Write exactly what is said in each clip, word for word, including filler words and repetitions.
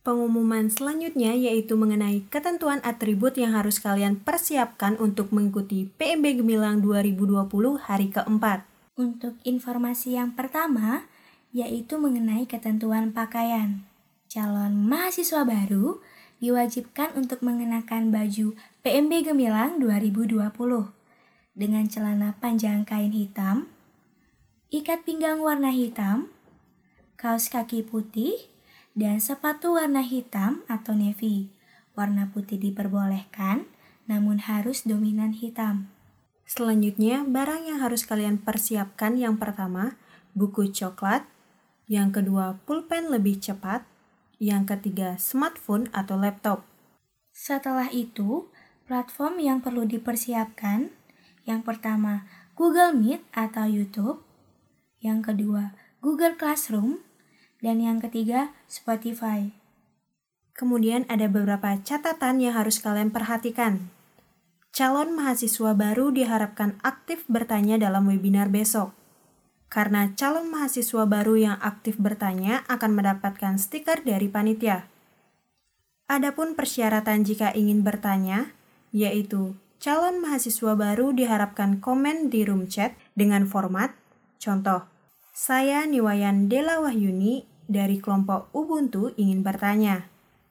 Pengumuman selanjutnya yaitu mengenai ketentuan atribut yang harus kalian persiapkan untuk mengikuti P M B Gemilang dua ribu dua puluh hari keempat. Untuk informasi yang pertama, yaitu mengenai ketentuan pakaian. Calon mahasiswa baru diwajibkan untuk mengenakan baju P M B Gemilang dua ribu dua puluh dengan celana panjang kain hitam, ikat pinggang warna hitam, kaos kaki putih, dan sepatu warna hitam atau navy. Warna putih diperbolehkan, namun harus dominan hitam. Selanjutnya, barang yang harus kalian persiapkan yang pertama, buku coklat, yang kedua, pulpen lebih cepat, yang ketiga, smartphone atau laptop. Setelah itu, platform yang perlu dipersiapkan, yang pertama, Google Meet atau YouTube, yang kedua, Google Classroom, dan yang ketiga, Spotify. Kemudian ada beberapa catatan yang harus kalian perhatikan. Calon mahasiswa baru diharapkan aktif bertanya dalam webinar besok. Karena calon mahasiswa baru yang aktif bertanya akan mendapatkan stiker dari panitia. Adapun persyaratan jika ingin bertanya, yaitu calon mahasiswa baru diharapkan komen di room chat dengan format, contoh, saya Niwayan Dela Wahyuni dari kelompok Ubuntu ingin bertanya.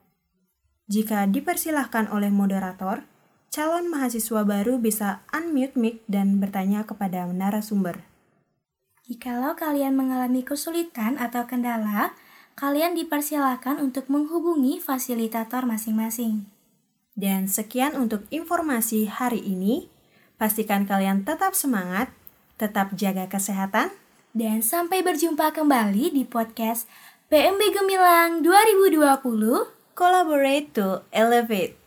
Jika dipersilahkan oleh moderator, calon mahasiswa baru bisa unmute mic dan bertanya kepada narasumber. Jikalau kalian mengalami kesulitan atau kendala, kalian dipersilahkan untuk menghubungi fasilitator masing-masing. Dan sekian untuk informasi hari ini. Pastikan kalian tetap semangat, tetap jaga kesehatan, dan sampai berjumpa kembali di podcast P M B Gemilang dua ribu dua puluh. Collaborate to Elevate.